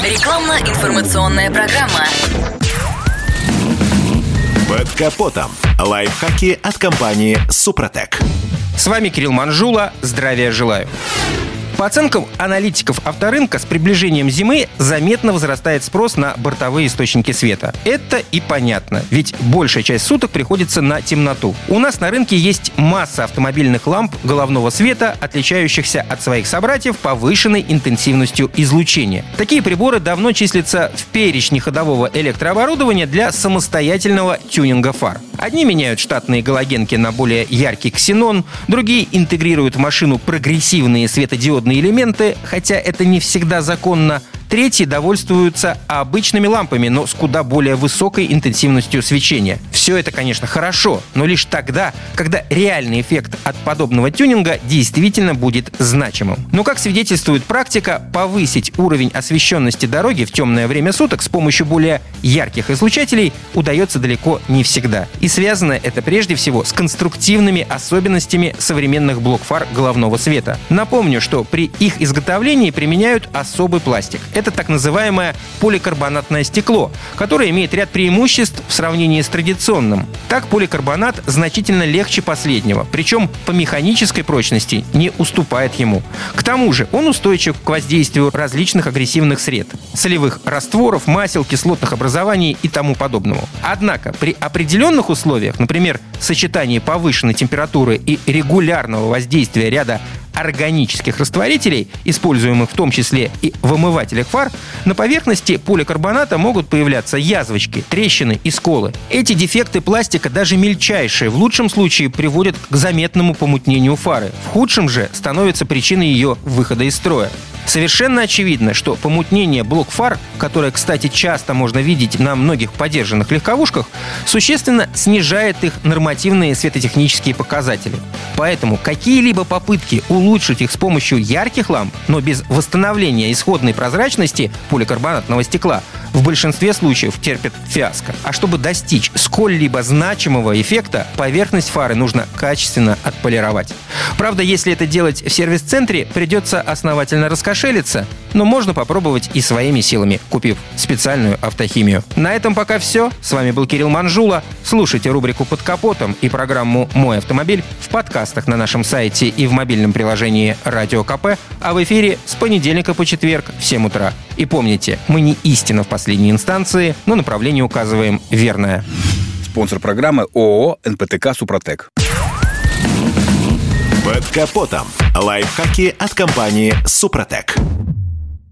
Рекламно-информационная программа. Под капотом. Лайфхаки от компании «Супротек». С вами Кирилл Манжула. Здравия желаю. По оценкам аналитиков авторынка, с приближением зимы заметно возрастает спрос на бортовые источники света. Это и понятно, ведь большая часть суток приходится на темноту. У нас на рынке есть масса автомобильных ламп головного света, отличающихся от своих собратьев повышенной интенсивностью излучения. Такие приборы давно числятся в перечне ходового электрооборудования для самостоятельного тюнинга фар. Одни меняют штатные галогенки на более яркий ксенон, другие интегрируют в машину прогрессивные светодиодные элементы, хотя это не всегда законно. Третьи довольствуются обычными лампами, но с куда более высокой интенсивностью свечения. Все это, конечно, хорошо, но лишь тогда, когда реальный эффект от подобного тюнинга действительно будет значимым. Но, как свидетельствует практика, повысить уровень освещенности дороги в темное время суток с помощью более ярких излучателей удается далеко не всегда. И связано это прежде всего с конструктивными особенностями современных блок-фар головного света. Напомню, что при их изготовлении применяют особый пластик. Это так называемое поликарбонатное стекло, которое имеет ряд преимуществ в сравнении с традиционным. Так, поликарбонат значительно легче последнего, причем по механической прочности не уступает ему. К тому же он устойчив к воздействию различных агрессивных сред – солевых растворов, масел, кислотных образований и тому подобного. Однако при определенных условиях, например, сочетании повышенной температуры и регулярного воздействия ряда органических растворителей, используемых в том числе и в омывателях фар, на поверхности поликарбоната могут появляться язвочки, трещины и сколы. Эти дефекты пластика, даже мельчайшие, в лучшем случае приводят к заметному помутнению фары, в худшем же становятся причиной ее выхода из строя. Совершенно очевидно, что помутнение блок-фар, которое, кстати, часто можно видеть на многих подержанных легковушках, существенно снижает их нормативные светотехнические показатели. Поэтому какие-либо попытки улучшить их с помощью ярких ламп, но без восстановления исходной прозрачности поликарбонатного стекла, в большинстве случаев терпят фиаско. А чтобы достичь сколь-либо значимого эффекта, поверхность фары нужно качественно отполировать. Правда, если это делать в сервис-центре, придется основательно раскошелиться, но можно попробовать и своими силами, купив специальную автохимию. На этом пока все. С вами был Кирилл Манжула. Слушайте рубрику «Под капотом» и программу «Мой автомобиль» в подкастах на нашем сайте и в мобильном приложении «Радио КП», а в эфире с понедельника по четверг в 7 утра. И помните, мы не истина в последней инстанции, но направление указываем верное. Спонсор программы ООО «НПТК Супротек». Под капотом. Лайфхаки от компании «Супротек».